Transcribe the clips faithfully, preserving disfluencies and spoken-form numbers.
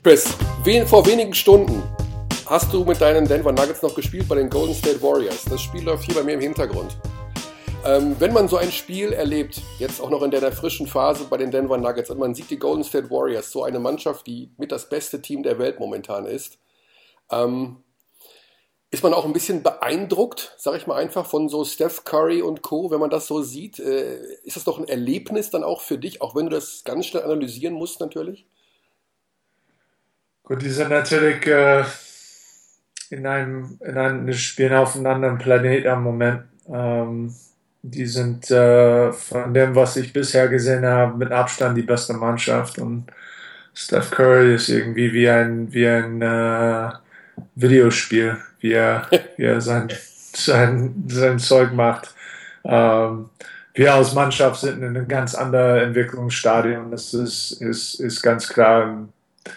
Chris, wen, vor wenigen Stunden hast du mit deinen Denver Nuggets noch gespielt bei den Golden State Warriors. Das Spiel läuft hier bei mir im Hintergrund. Ähm, wenn man so ein Spiel erlebt, jetzt auch noch in der, der frischen Phase bei den Denver Nuggets, und man sieht die Golden State Warriors, so eine Mannschaft, die mit das beste Team der Welt momentan ist, ähm, ist man auch ein bisschen beeindruckt, sag ich mal einfach, von so Steph Curry und Co., wenn man das so sieht. Äh, ist das doch ein Erlebnis dann auch für dich, auch wenn du das ganz schnell analysieren musst natürlich? Gut, die sind natürlich äh, in einem, in einem, die spielen auf einem anderen Planet am Moment. Ähm, die sind äh, von dem, was ich bisher gesehen habe, mit Abstand die beste Mannschaft. Und Steph Curry ist irgendwie wie ein, wie ein äh, Videospiel, wie er, wie er sein, sein, sein Zeug macht. Ähm, wir als Mannschaft sind in einem ganz anderen Entwicklungsstadium. Das ist, ist, ist ganz klar.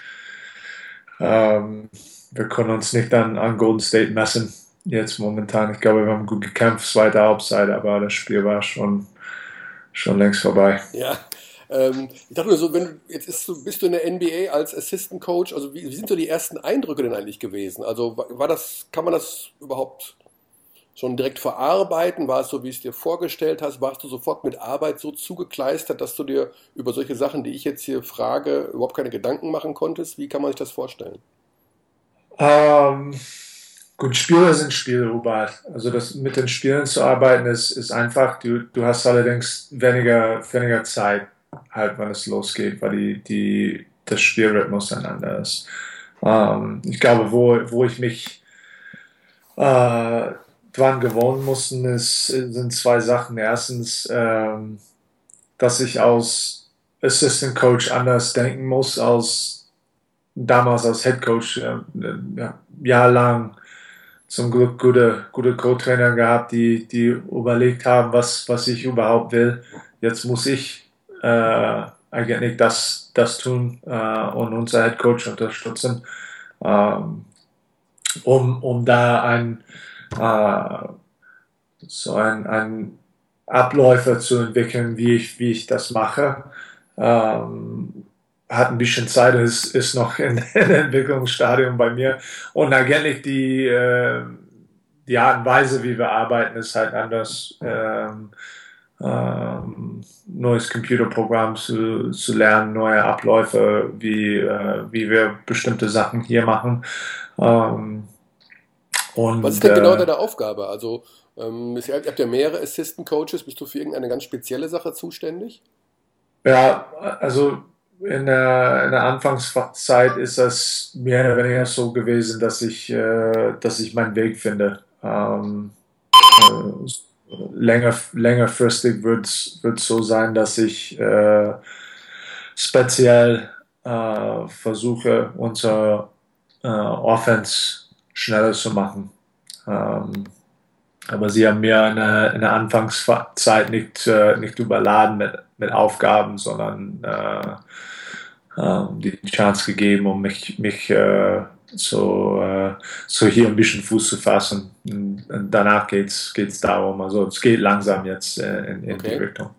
Ähm, wir können uns nicht an, an Golden State messen, jetzt momentan. Ich glaube, wir haben gut gekämpft, zweite Halbzeit, aber das Spiel war schon, schon längst vorbei. Ja, ähm, ich dachte nur so, wenn du, jetzt ist, du- bist du in der N B A als Assistant Coach, also wie, wie sind so die ersten Eindrücke denn eigentlich gewesen? Also wa- war das, kann man das überhaupt schon direkt verarbeiten? War es so, wie es dir vorgestellt hast? Warst du sofort mit Arbeit so zugekleistert, dass du dir über solche Sachen, die ich jetzt hier frage, überhaupt keine Gedanken machen konntest? Wie kann man sich das vorstellen? Ähm, gut, Spiele sind Spiele, Hubert. Also das mit den Spielen zu arbeiten ist, ist einfach. Du, du hast allerdings weniger, weniger Zeit, halt, wenn es losgeht, weil die, die, das Spielrhythmus einander ist. Ähm, ich glaube, wo, wo ich mich äh, dran gewohnen mussten, ist, sind zwei Sachen. Erstens, ähm, dass ich als Assistant Coach anders denken muss als damals als Head Coach. Äh, ja, jahrelang zum Glück gute, gute Co-Trainer gehabt, die, die überlegt haben, was, was ich überhaupt will. Jetzt muss ich äh, eigentlich das, das tun äh, und unser Head Coach unterstützen, ähm, um, um da ein äh, so ein, ein Abläufe zu entwickeln, wie ich, wie ich das mache. Ähm, hat ein bisschen Zeit, ist, ist noch in, in Entwicklungsstadium bei mir. Und eigentlich die, äh, die Art und Weise, wie wir arbeiten, ist halt anders. Ähm, ähm, neues Computerprogramm zu, zu lernen, neue Abläufe, wie, äh, wie wir bestimmte Sachen hier machen. Ähm, Was ist und denn genau äh, deine Aufgabe? Also, ähm, ihr habt ja mehrere Assistant Coaches. Bist du für irgendeine ganz spezielle Sache zuständig? Ja, also in der, in der Anfangszeit ist das mehr oder weniger so gewesen, dass ich, äh, dass ich meinen Weg finde. Ähm, äh, länger, längerfristig wird es so sein, dass ich äh, speziell äh, versuche, unsere äh, Offense schneller zu machen. Ähm, aber sie haben mir in der, in der Anfangszeit nicht, äh, nicht überladen mit, mit Aufgaben, sondern äh, äh, die Chance gegeben, um mich, mich äh, so, äh, so hier ein bisschen Fuß zu fassen. Und danach geht es geht's darum, also es geht langsam jetzt äh, in, in die Okay. Richtung.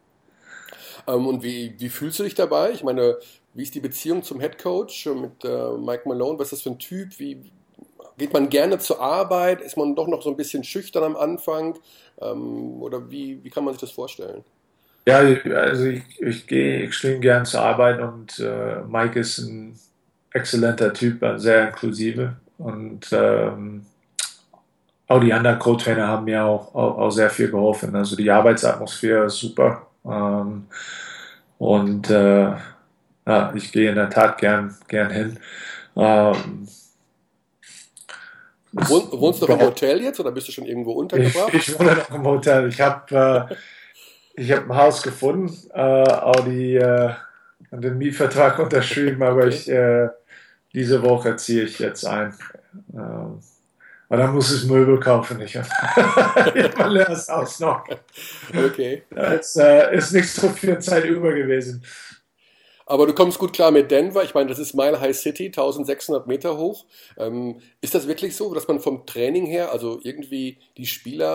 Ähm, und wie, wie fühlst du dich dabei? Ich meine, wie ist die Beziehung zum Head Coach mit äh, Mike Malone? Was ist das für ein Typ? Wie geht man gerne zur Arbeit? Ist man doch noch so ein bisschen schüchtern am Anfang? Ähm, oder wie, wie kann man sich das vorstellen? Ja, also ich, ich gehe extrem gern zur Arbeit und äh, Mike ist ein exzellenter Typ, äh, sehr inklusive und ähm, auch die anderen Co-Trainer haben mir auch, auch, auch sehr viel geholfen. Also die Arbeitsatmosphäre ist super. Ähm, und äh, ja, ich gehe in der Tat gern, gern hin. Ähm, Wohn, es, wohnst du noch im Hotel jetzt oder bist du schon irgendwo ich, untergebracht? ich wohne noch im Hotel. Ich habe äh, ich hab ein Haus gefunden, äh, auch die, äh, den Mietvertrag unterschrieben, aber Okay, ich, äh, diese Woche ziehe ich jetzt ein. Ähm, aber dann muss ich Möbel kaufen. Ich habe mein leeres Haus noch. okay. Es äh, ist nicht so viel Zeit über gewesen. Aber du kommst gut klar mit Denver. Ich meine, das ist Mile High City, eintausendsechshundert Meter hoch. Ähm, ist das wirklich so, dass man vom Training her, also irgendwie die Spieler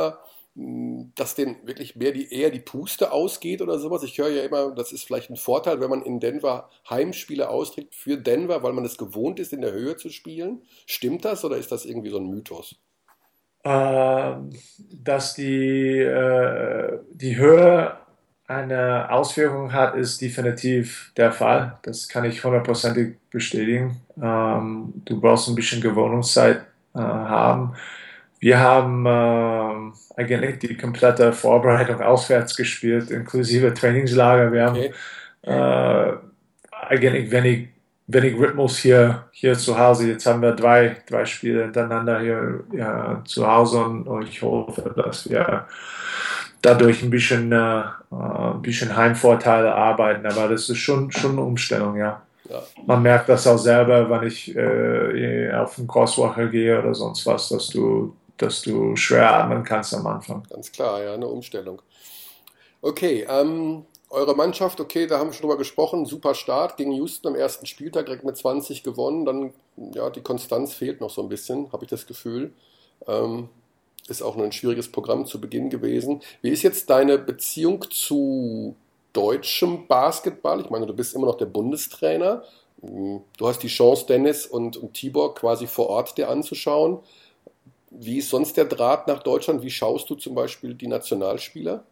dass denen wirklich mehr die, eher die Puste ausgeht oder sowas. Ich höre ja immer, das ist vielleicht ein Vorteil, wenn man in Denver Heimspiele austrägt für Denver, weil man es gewohnt ist, in der Höhe zu spielen. Stimmt das oder ist das irgendwie so ein Mythos? Äh, dass die, äh, die Höhe eine Auswirkung hat, ist definitiv der Fall. Das kann ich hundertprozentig bestätigen. Ähm, du brauchst ein bisschen Gewohnungszeit äh, haben. Wir haben ähm, eigentlich die komplette Vorbereitung auswärts gespielt, inklusive Trainingslager. Wir haben Okay. äh, eigentlich wenig, wenig Rhythmus hier, hier zu Hause. Jetzt haben wir drei, drei Spiele hintereinander hier ja, zu Hause und ich hoffe, dass wir dadurch ein bisschen, äh, ein bisschen Heimvorteile arbeiten. Aber das ist schon, schon eine Umstellung, ja. Ja, Man merkt das auch selber, wenn ich äh, auf einen Crosswalker gehe oder sonst was, dass du, dass du schwer atmen kannst am Anfang. ganz klar, ja, eine Umstellung. Okay, ähm, eure Mannschaft, okay, da haben wir schon drüber gesprochen, super Start gegen Houston am ersten Spieltag, direkt mit zwanzig gewonnen, dann, ja, die Konstanz fehlt noch so ein bisschen, habe ich das Gefühl. Ähm, ist auch ein schwieriges Programm zu Beginn gewesen. Wie ist jetzt deine Beziehung zu deutschem Basketball? Ich meine, du bist immer noch der Bundestrainer. Du hast die Chance, Dennis und, und Tibor quasi vor Ort dir anzuschauen. Wie ist sonst der Draht nach Deutschland? Wie schaust du zum Beispiel die Nationalspieler?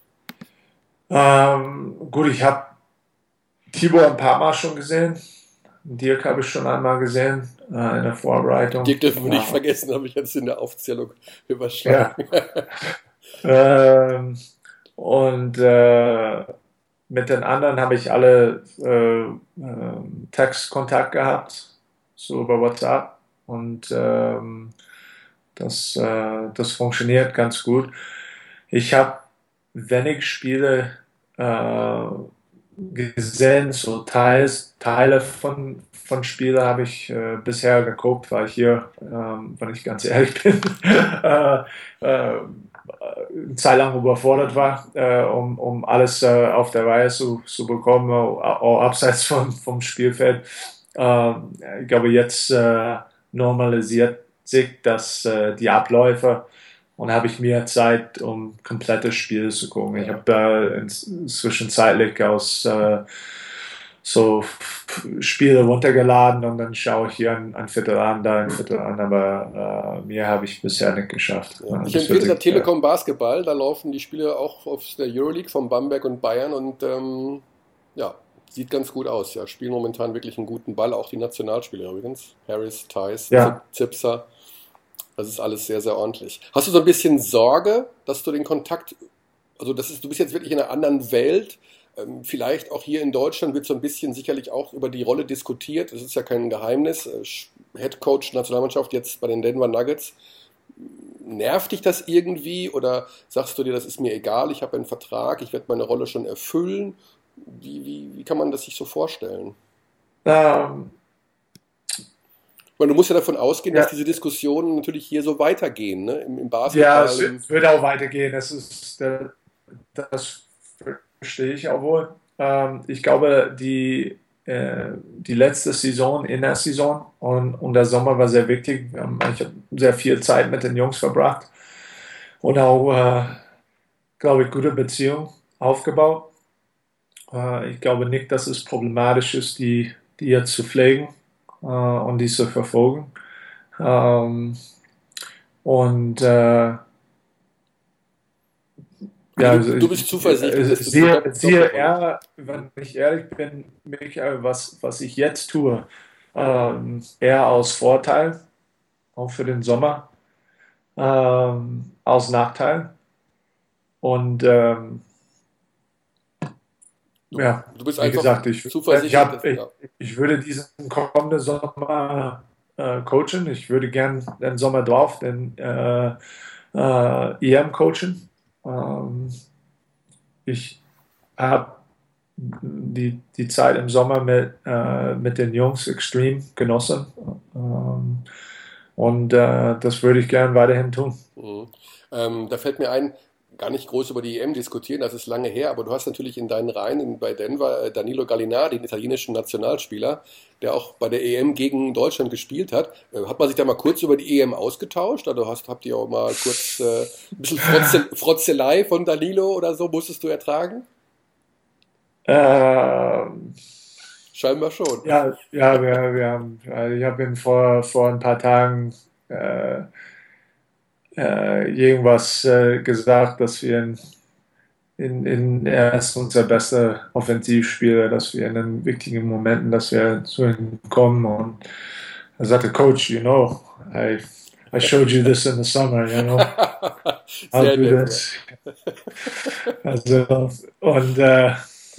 Ähm, gut, ich habe Tibor ein paar Mal schon gesehen. Dirk habe ich schon einmal gesehen äh, in der Vorbereitung. Dirk dürfen wir nicht Äh, vergessen, habe ich jetzt in der Aufzählung überschlagen. ja. Ähm, und äh, mit den anderen habe ich alle äh, äh, Textkontakt gehabt, so über WhatsApp. Und ähm, das, äh, das funktioniert ganz gut. Ich habe wenig Spiele äh, gesehen, so Teils, Teile von, von Spielen habe ich äh, bisher geguckt, weil ich hier, ähm, wenn ich ganz ehrlich bin, äh, äh, eine Zeit lang überfordert war, äh, um, um alles äh, auf der Reihe zu, zu bekommen, auch, auch abseits vom, vom Spielfeld. Äh, ich glaube, jetzt äh, normalisiert sich das, äh, die Abläufe und habe ich mehr Zeit, um komplette Spiele zu gucken. Ich Ja. habe äh, zwischenzeitlich aus äh, so Spiele runtergeladen und dann schaue ich hier ein, ein Viertel an, da ein Viertel an, aber äh, mehr habe ich bisher nicht geschafft. Ja. Ich Das wird empfehle da sich, äh, Telekom Basketball, da laufen die Spiele auch auf der Euroleague von Bamberg und Bayern und ähm, ja, sieht ganz gut aus. Ja, spielen momentan wirklich einen guten Ball, auch die Nationalspieler übrigens. Harris, Theis, ja. Zipser. Das ist alles sehr, sehr ordentlich. Hast du so ein bisschen Sorge, dass du den Kontakt, also das ist, du bist jetzt wirklich in einer anderen Welt, ähm, vielleicht auch hier in Deutschland wird so ein bisschen sicherlich auch über die Rolle diskutiert, das ist ja kein Geheimnis, äh, Head Coach Nationalmannschaft jetzt bei den Denver Nuggets. Nervt dich das irgendwie oder sagst du dir, das ist mir egal, ich habe einen Vertrag, ich werde meine Rolle schon erfüllen? Wie, wie, wie kann man das sich so vorstellen? Ähm, Ich meine, du musst ja davon ausgehen, dass ja, diese Diskussionen natürlich hier so weitergehen, ne? Im, im ja, Basketball, es im, wird auch weitergehen. Das ist, äh, das verstehe ich auch wohl. Ähm, ich glaube, die, äh, die letzte Saison, in der Saison und, und der Sommer war sehr wichtig. Ähm, ich habe sehr viel Zeit mit den Jungs verbracht und auch, äh, glaube ich, gute Beziehungen aufgebaut. Äh, ich glaube nicht, dass es problematisch ist, die, die jetzt zu pflegen äh, und die zu verfolgen. Ähm, und äh, also ja, du, also du ich, bist zuversichtlich, äh, dass du diese siehe, Dopp siehe Doppelrolle. eher, wenn ich ehrlich bin, Michael, was, was ich jetzt tue, ähm, eher aus Vorteil, auch für den Sommer, ähm, aus Nachteil. Und ähm, Du, ja, du bist wie einfach gesagt, ich, ich, zuversichtlich, hab, dass, ich, ja. ich würde diesen kommenden Sommer äh, coachen. Ich würde gern den Sommer drauf den äh, äh, E M coachen. Ähm, ich habe die, die Zeit im Sommer mit, äh, mit den Jungs extrem genossen. Ähm, und äh, das würde ich gern weiterhin tun. Mhm. Ähm, da fällt mir ein, gar nicht groß über die E M diskutieren, das ist lange her, aber du hast natürlich in deinen Reihen in, bei Denver äh, Danilo Gallinari, den italienischen Nationalspieler, der auch bei der E M gegen Deutschland gespielt hat. Äh, hat man sich da mal kurz über die E M ausgetauscht? Also hast, habt ihr auch mal kurz äh, ein bisschen Frotze, Frotzelei von Danilo oder so, musstest du ertragen? Ähm, Scheinbar schon. ja, ja, wir, wir haben, also ich habe ihn vor, vor ein paar Tagen äh, äh, irgendwas äh, gesagt, dass wir in, in, in er ist unser bester Offensivspieler, dass wir in den wichtigen Momenten, dass wir zu ihm kommen und er sagte, Coach, you know, I, I showed you this in the summer, you know, I'll Sehr do nett, this. Also, und äh,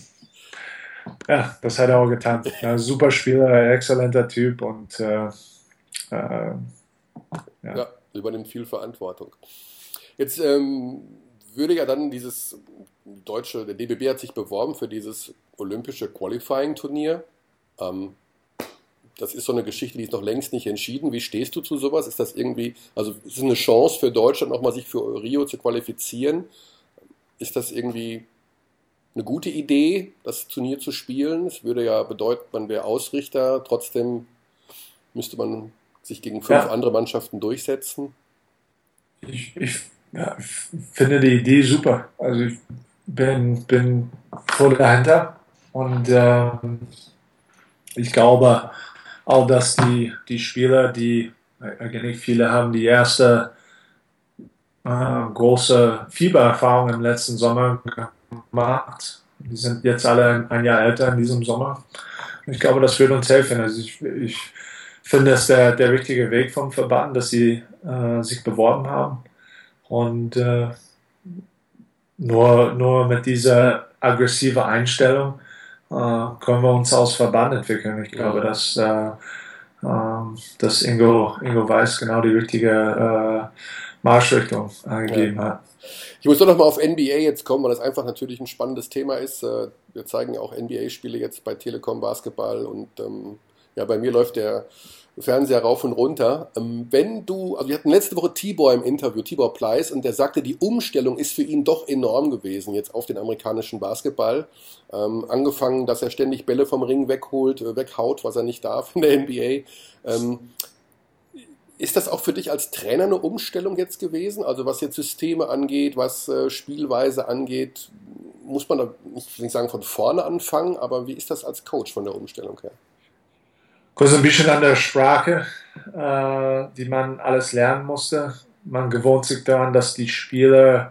ja, das hat er auch getan. Ja, super Spieler, exzellenter Typ und äh, äh, ja. ja, übernimmt viel Verantwortung. Jetzt ähm, würde ja dann dieses deutsche, der D B B hat sich beworben für dieses olympische Qualifying-Turnier. Ähm, das ist so eine Geschichte, die ist noch längst nicht entschieden. Wie stehst du zu sowas? Ist das irgendwie, also ist es eine Chance für Deutschland nochmal sich für Rio zu qualifizieren? Ist das irgendwie eine gute Idee, das Turnier zu spielen? Es würde ja bedeuten, man wäre Ausrichter, trotzdem müsste man sich gegen fünf Ja, andere Mannschaften durchsetzen. ich, ich, ja, ich finde die Idee super. Also ich bin, bin voll dahinter und ähm, ich glaube auch, dass die, die Spieler, die eigentlich viele haben die erste äh, große Fiebererfahrung im letzten Sommer gemacht. Die sind jetzt alle ein, ein Jahr älter in diesem Sommer. Ich glaube, das wird uns helfen. Also ich, ich finde es der, der richtige Weg vom Verband, dass sie äh, sich beworben haben. Und äh, nur, nur mit dieser aggressiven Einstellung äh, können wir uns als Verband entwickeln. Ich glaube, Ja. dass, äh, äh, dass Ingo, Ingo Weiß genau die richtige äh, Marschrichtung Ja. angegeben hat. Ich muss doch noch mal auf N B A jetzt kommen, weil das einfach natürlich ein spannendes Thema ist. Äh, Wir zeigen ja auch N B A-Spiele jetzt bei Telekom Basketball und ähm, ja, bei mir läuft der Fernseher rauf und runter. Ähm, wenn du, also wir hatten letzte Woche Tibor im Interview, Tibor Pleiss, und der sagte, die Umstellung ist für ihn doch enorm gewesen, jetzt auf den amerikanischen Basketball. Ähm, angefangen, dass er ständig Bälle vom Ring wegholt, äh, weghaut, was er nicht darf in der N B A. Ähm, Ist das auch für dich als Trainer eine Umstellung jetzt gewesen? Also was jetzt Systeme angeht, was äh, Spielweise angeht, muss man da, ich will nicht sagen von vorne anfangen, aber wie ist das als Coach von der Umstellung her? Kurz ein bisschen an der Sprache, äh, die man alles lernen musste. Man gewohnt sich daran, dass die Spieler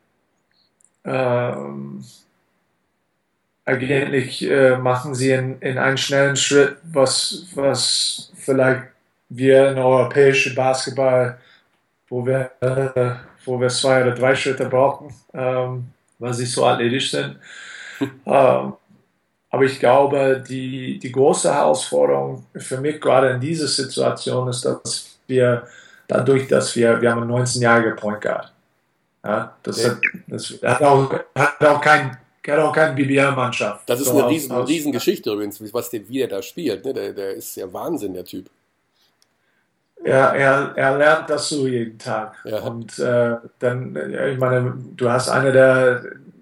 ähm, eigentlich äh, machen sie in, in einen schnellen Schritt, was, was vielleicht wir in europäischen Basketball, wo wir, äh, wo wir zwei oder drei Schritte brauchen, ähm, weil sie so athletisch sind. Ähm, aber ich glaube, die, die große Herausforderung für mich gerade in dieser Situation ist, dass wir dadurch, dass wir, wir haben einen neunzehn-jährigen Point Guard. Ja, das, hat, das hat, auch, hat auch kein, hat auch keine B B L-Mannschaft. Das ist So eine aus, riesen, aus, riesen Geschichte übrigens, was der, wie der da spielt. Ne? Der, der ist ja Wahnsinn, der Typ. er, er, er lernt das so jeden Tag. Ja, Und äh, dann, ja, ich meine, du hast eine der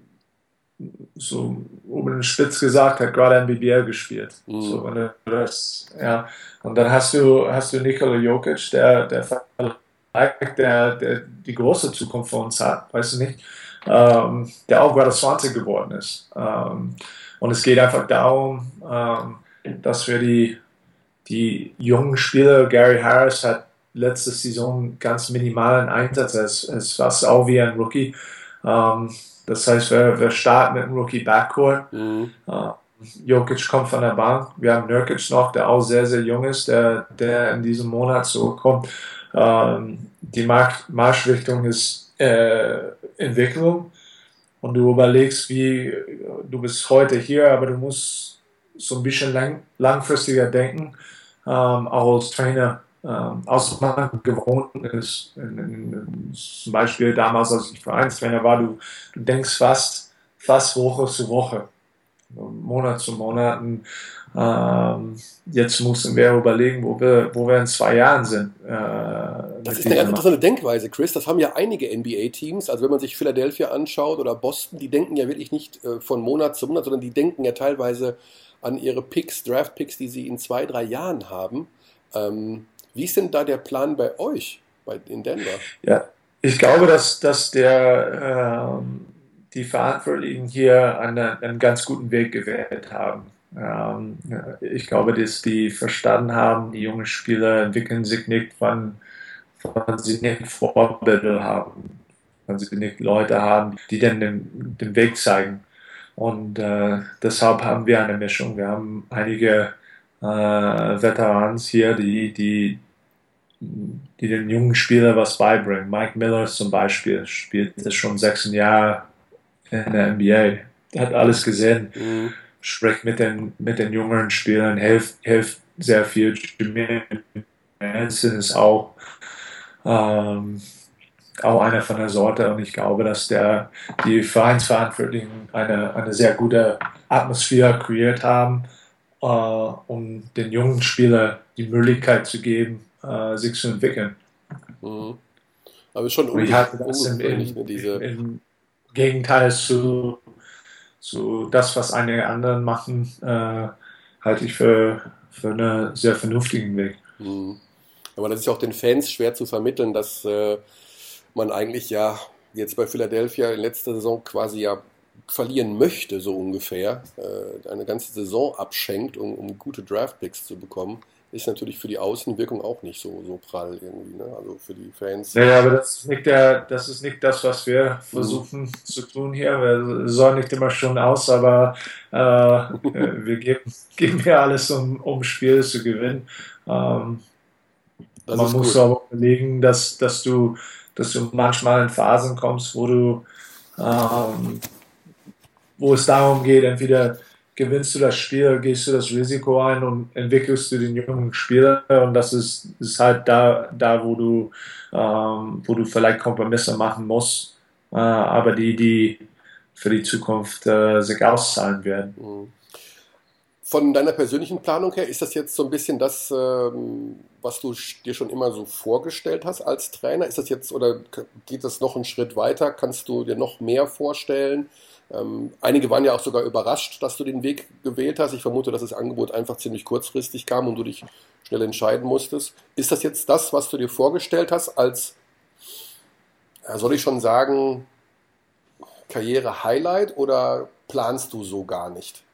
so oben in Spitz gesagt, hat gerade ein B B L gespielt. mhm. So, und, das, ja. Und dann hast du, hast du Nikola Jokic, der, der, der, der die große Zukunft für uns hat, weißt du nicht, ähm, der auch gerade zwanzig geworden ist. Ähm, und es geht einfach darum, ähm, dass wir die, die jungen Spieler, Gary Harris hat letzte Saison ganz minimalen Einsatz, es, es war auch wie ein Rookie. Ähm, Das heißt, wir, wir starten mit einem Rookie-Backcourt. Mhm. Uh, Jokic kommt von der Bank. Wir haben Nurkic noch, der auch sehr, sehr jung ist, der, der in diesem Monat zurückkommt. Ähm, die Mark Marschrichtung ist äh, Entwicklung. Und du überlegst, wie du bist heute hier, aber du musst so ein bisschen lang, langfristiger denken, ähm, auch als Trainer. Ähm, aus man gewohnt ist. In, in, in, zum Beispiel damals, als ich Vereinstrainer war, du, du denkst fast, fast Woche zu Woche, Monat zu Monat. Ähm, jetzt müssen wir überlegen, wo wir, wo wir in zwei Jahren sind. Äh, Das mit ist eine ganz dieser interessante Denkweise, Chris. Das haben ja einige N B A-Teams. Also wenn man sich Philadelphia anschaut oder Boston, die denken ja wirklich nicht äh, von Monat zu Monat, sondern die denken ja teilweise an ihre Picks, Draft-Picks, die sie in zwei, drei Jahren haben. Ähm, wie ist denn da der Plan bei euch bei, in Denver? Ja, ich glaube, dass, dass der, ähm, die Verantwortlichen hier einen, einen ganz guten Weg gewählt haben. Ähm, ja, ich glaube, dass die verstanden haben, die jungen Spieler entwickeln sich nicht, wann, wann sie nicht Vorbilder haben, wenn sie nicht Leute haben, die dann den, den Weg zeigen. Und äh, deshalb haben wir eine Mischung. Wir haben einige äh, Veterans hier, die, die die den jungen Spieler was beibringen. Mike Miller zum Beispiel spielt das schon sechzehn Jahre in der N B A. Hat alles gesehen, Mhm. spricht mit den, mit den jüngeren Spielern, hilft, hilft sehr viel. Jimmy Manson ist auch, ähm, auch einer von der Sorte und ich glaube, dass der, die Vereinsverantwortlichen eine, eine sehr gute Atmosphäre kreiert haben, äh, um den jungen Spieler die Möglichkeit zu geben, äh, sich zu entwickeln. Mhm. Aber ist schon Und ich unge halte das im, ungewöhnlich, ne, im, im, diese. im Gegenteil zu, zu das, was einige anderen machen, äh, halte ich für, für einen sehr vernünftigen Weg. Mhm. Aber das ist ja auch den Fans schwer zu vermitteln, dass äh, man eigentlich ja jetzt bei Philadelphia in letzter Saison quasi ja verlieren möchte, so ungefähr, äh, eine ganze Saison abschenkt, um, um gute Draftpicks zu bekommen, ist natürlich für die Außenwirkung auch nicht so, so prall irgendwie, ne? Also für die Fans. Naja, aber das ist nicht der, das ist nicht das, was wir Mhm. versuchen zu tun hier. Wir sollen nicht immer schon aus, aber äh, wir geben, geben hier alles, um, um Spiele zu gewinnen. Ähm, Das Man ist muss gut. aber überlegen, dass, dass, du, dass du manchmal in Phasen kommst, wo du ähm, wo es darum geht, entweder gewinnst du das Spiel, gehst du das Risiko ein und entwickelst du den jungen Spieler und das ist, ist halt da, da wo du ähm, wo du vielleicht Kompromisse machen musst, äh, aber die, die für die Zukunft äh, sich auszahlen werden. Mhm. Von deiner persönlichen Planung her, ist das jetzt so ein bisschen das, ähm, was du sch- dir schon immer so vorgestellt hast als Trainer? Ist das jetzt oder k- geht das noch einen Schritt weiter? Kannst du dir noch mehr vorstellen? Ähm, einige waren ja auch sogar überrascht, dass du den Weg gewählt hast. Ich vermute, dass das Angebot einfach ziemlich kurzfristig kam und du dich schnell entscheiden musstest. Ist das jetzt das, was du dir vorgestellt hast, als, ja, soll ich schon sagen, Karriere-Highlight oder planst du so gar nicht?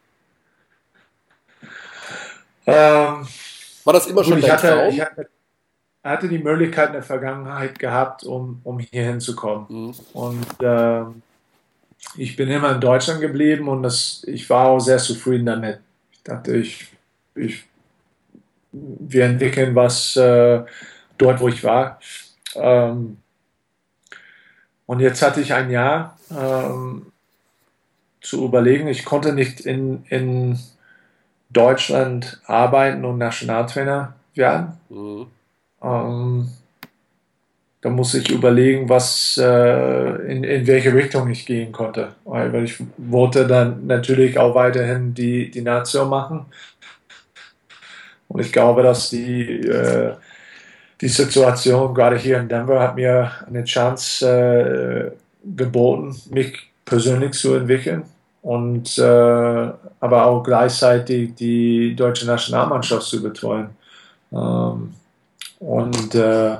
Ähm, War das immer gut, schon ich dein hatte, ich Traum? hatte, hatte die Möglichkeit in der Vergangenheit gehabt, um, um hier hinzukommen. Mhm. Und ähm, ich bin immer in Deutschland geblieben und das, ich war auch sehr zufrieden damit. Ich dachte, ich, ich, wir entwickeln was äh, dort, wo ich war. Ähm, und jetzt hatte ich ein Jahr ähm, zu überlegen. Ich konnte nicht in, in Deutschland arbeiten und Nationaltrainer werden. Mhm. Ähm, Da muss ich überlegen, was, äh, in, in welche Richtung ich gehen konnte. Weil weil ich wollte dann natürlich auch weiterhin die, die Nation machen. Und ich glaube, dass die, äh, die Situation gerade hier in Denver hat mir eine Chance äh, geboten, mich persönlich zu entwickeln und äh, aber auch gleichzeitig die deutsche Nationalmannschaft zu betreuen. Ähm, und äh,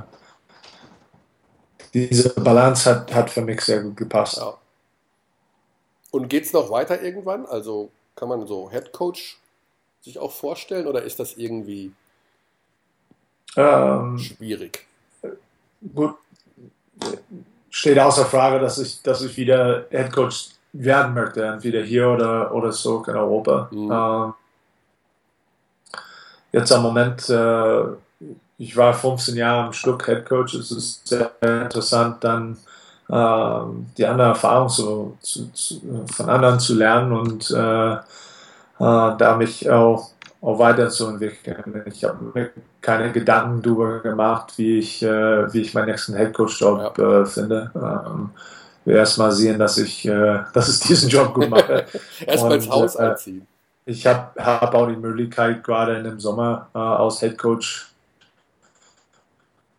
diese Balance hat, hat für mich sehr gut gepasst. Ja. Und geht's noch weiter irgendwann? Also kann man so Head Coach sich auch vorstellen oder ist das irgendwie Ähm, schwierig? gut, steht außer Frage, dass ich, dass ich wieder Head Coach werden möchte, entweder hier oder, oder so in Europa. Mhm. Ähm, jetzt am Moment, äh, ich war fünfzehn Jahre am Stück Head Coach, es ist sehr interessant, dann ähm, die andere Erfahrung zu, zu, zu, von anderen zu lernen und äh, äh, da mich auch, auch weiterzuentwickeln. Ich habe mir keine Gedanken darüber gemacht, wie ich, äh, wie ich meinen nächsten Ja. Headcoach-Job äh, finde. Ähm, will erst mal sehen, dass ich, äh, dass ich diesen Job gut mache. Erstmal ins Und Haus äh, einziehen. ich habe hab auch die Möglichkeit, gerade in dem Sommer äh, als Headcoach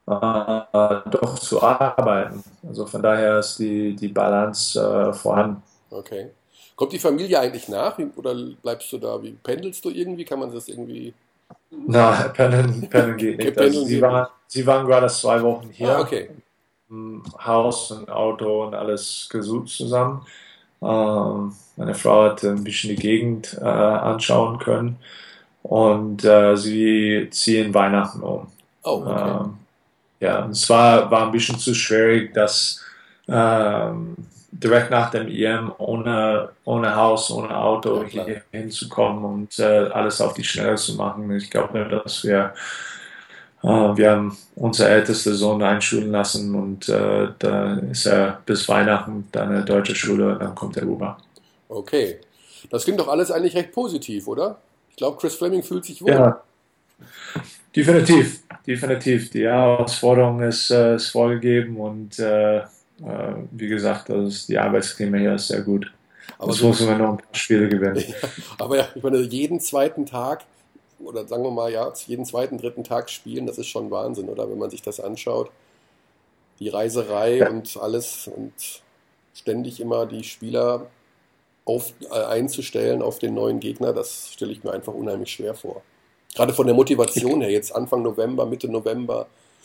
äh, doch zu arbeiten. Also von daher ist die, die Balance äh, vorhanden. Okay. Kommt die Familie eigentlich nach wie- oder bleibst du da? Wie pendelst du irgendwie? Kann man das irgendwie? Na, Pendeln, Pendeln geht Okay, nicht. Also pendeln sie geht nicht. waren, sie waren gerade zwei Wochen Ah, hier, okay. im Haus und Auto und alles gesucht zusammen. Ähm, meine Frau hat ein bisschen die Gegend äh, anschauen können und äh, sie ziehen Weihnachten um. Oh, okay. Ähm, ja, und es war, war ein bisschen zu schwierig, das ähm, direkt nach dem E M ohne, ohne Haus, ohne Ja, Auto klar. hier hinzukommen und äh, alles auf die Schnelle zu machen. Ich glaube, dass wir, äh, wir haben unser ältester Sohn einschulen lassen und äh, da ist er bis Weihnachten dann in der deutschen Schule und dann kommt er rüber. Okay. Das klingt doch alles eigentlich recht positiv, oder? Ich glaube, Chris Fleming fühlt sich wohl. Ja, definitiv, definitiv. Die Herausforderung ist, äh, ist vorgegeben und äh, äh, wie gesagt, das ist, die Arbeitsklima hier ist sehr gut. Aber Jetzt so, müssen wir noch ein paar Spiele gewinnen. ja, aber ja, ich meine, jeden zweiten Tag oder sagen wir mal, ja, jeden zweiten, dritten Tag spielen, das ist schon Wahnsinn, oder? Wenn man sich das anschaut. Die Reiserei Ja, und alles und ständig immer die Spieler auf, äh, einzustellen auf den neuen Gegner, das stelle ich mir einfach unheimlich schwer vor. Gerade von der Motivation her, jetzt Anfang November, Mitte November.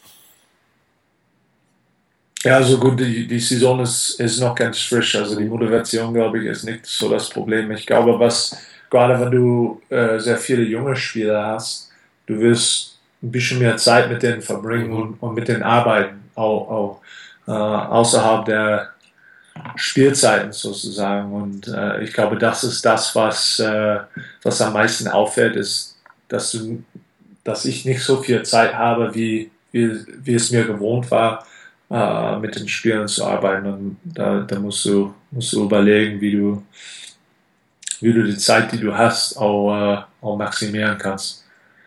ja, also gut, die, die Saison ist, ist noch ganz frisch. Also die Mhm. Motivation, glaube ich, ist nicht so das Problem. Ich glaube, was, gerade wenn du äh, sehr viele junge Spieler hast, du wirst ein bisschen mehr Zeit mit denen verbringen Mhm. und, und mit denen arbeiten, auch, auch äh, außerhalb der Spielzeiten sozusagen. Und äh, ich glaube, das ist das, was, äh, was am meisten auffällt, ist, dass, du, dass ich nicht so viel Zeit habe, wie, wie, wie es mir gewohnt war, äh, mit den Spielern zu arbeiten. Und da, da musst du, musst du überlegen, wie du, wie du die Zeit, die du hast, auch, äh, auch maximieren kannst.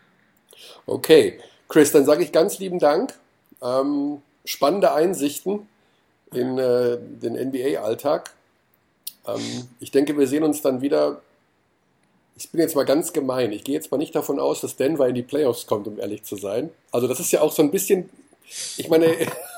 Okay, Chris, dann sage ich ganz lieben Dank. Ähm, spannende Einsichten in äh, den N B A-Alltag. Ähm, ich denke, wir sehen uns dann wieder. Ich bin jetzt mal ganz gemein. Ich gehe jetzt mal nicht davon aus, dass Denver in die Playoffs kommt, um ehrlich zu sein. Also das ist ja auch so ein bisschen, ich meine,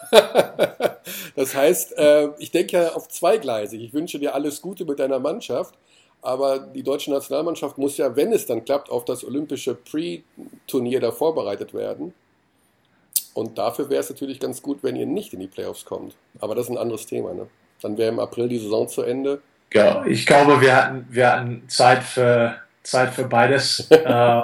das heißt, äh, ich denke ja auf zweigleisig. Ich wünsche dir alles Gute mit deiner Mannschaft, aber die deutsche Nationalmannschaft muss ja, wenn es dann klappt, auf das olympische Pre-Turnier da vorbereitet werden. Und dafür wäre es natürlich ganz gut, wenn ihr nicht in die Playoffs kommt. Aber das ist ein anderes Thema, ne? Dann wäre im April die Saison zu Ende. Ja, ich glaube, wir hatten, wir hatten Zeit für, Zeit für beides. Äh,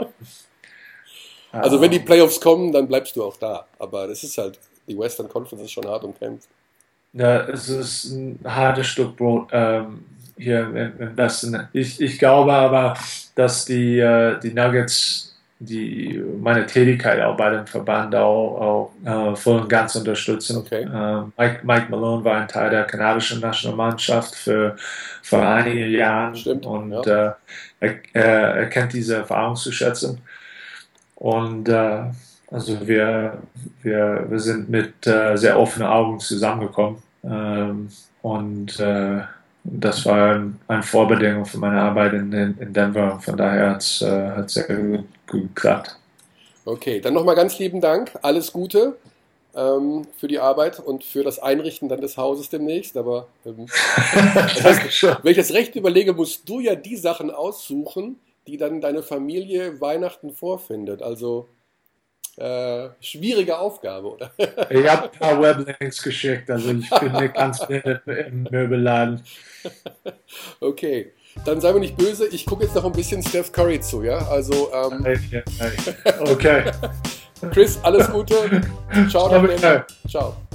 Also wenn die ähm, Playoffs kommen, dann bleibst du auch da. Aber das ist halt, die Western Conference ist schon hart umkämpft. Ja, es ist ein hartes Stück Brot ähm, hier im, im Westen. Ich, ich glaube aber, dass die, äh, die Nuggets die meine Tätigkeit auch bei dem Verband auch, auch äh, voll und ganz unterstützen. Okay, Äh, Mike, Mike Malone war ein Teil der kanadischen Nationalmannschaft für, für einige Jahre stimmt. und Ja. äh, er, er, er kennt diese Erfahrung zu schätzen. Und äh, also wir, wir, wir sind mit äh, sehr offenen Augen zusammengekommen. Ähm, und äh, das war ein, eine Vorbedingung für meine Arbeit in, in, in Denver. Von daher hat es äh, sehr gut, gut geklappt. Okay, dann nochmal ganz lieben Dank. Alles Gute ähm, für die Arbeit und für das Einrichten dann des Hauses demnächst. Aber ähm, das heißt, Dankeschön. wenn ich das recht überlege, musst du ja die Sachen aussuchen, die dann deine Familie Weihnachten vorfindet. Also äh, schwierige Aufgabe, oder? Ich habe ein paar Weblinks geschickt, also ich bin nicht ganz fit im Möbelladen. Okay, dann sei mir nicht böse. Ich gucke jetzt noch ein bisschen Steph Curry zu, ja? Also ähm, Okay. Chris, alles Gute. Ciao nach Ciao, Denver. Ciao.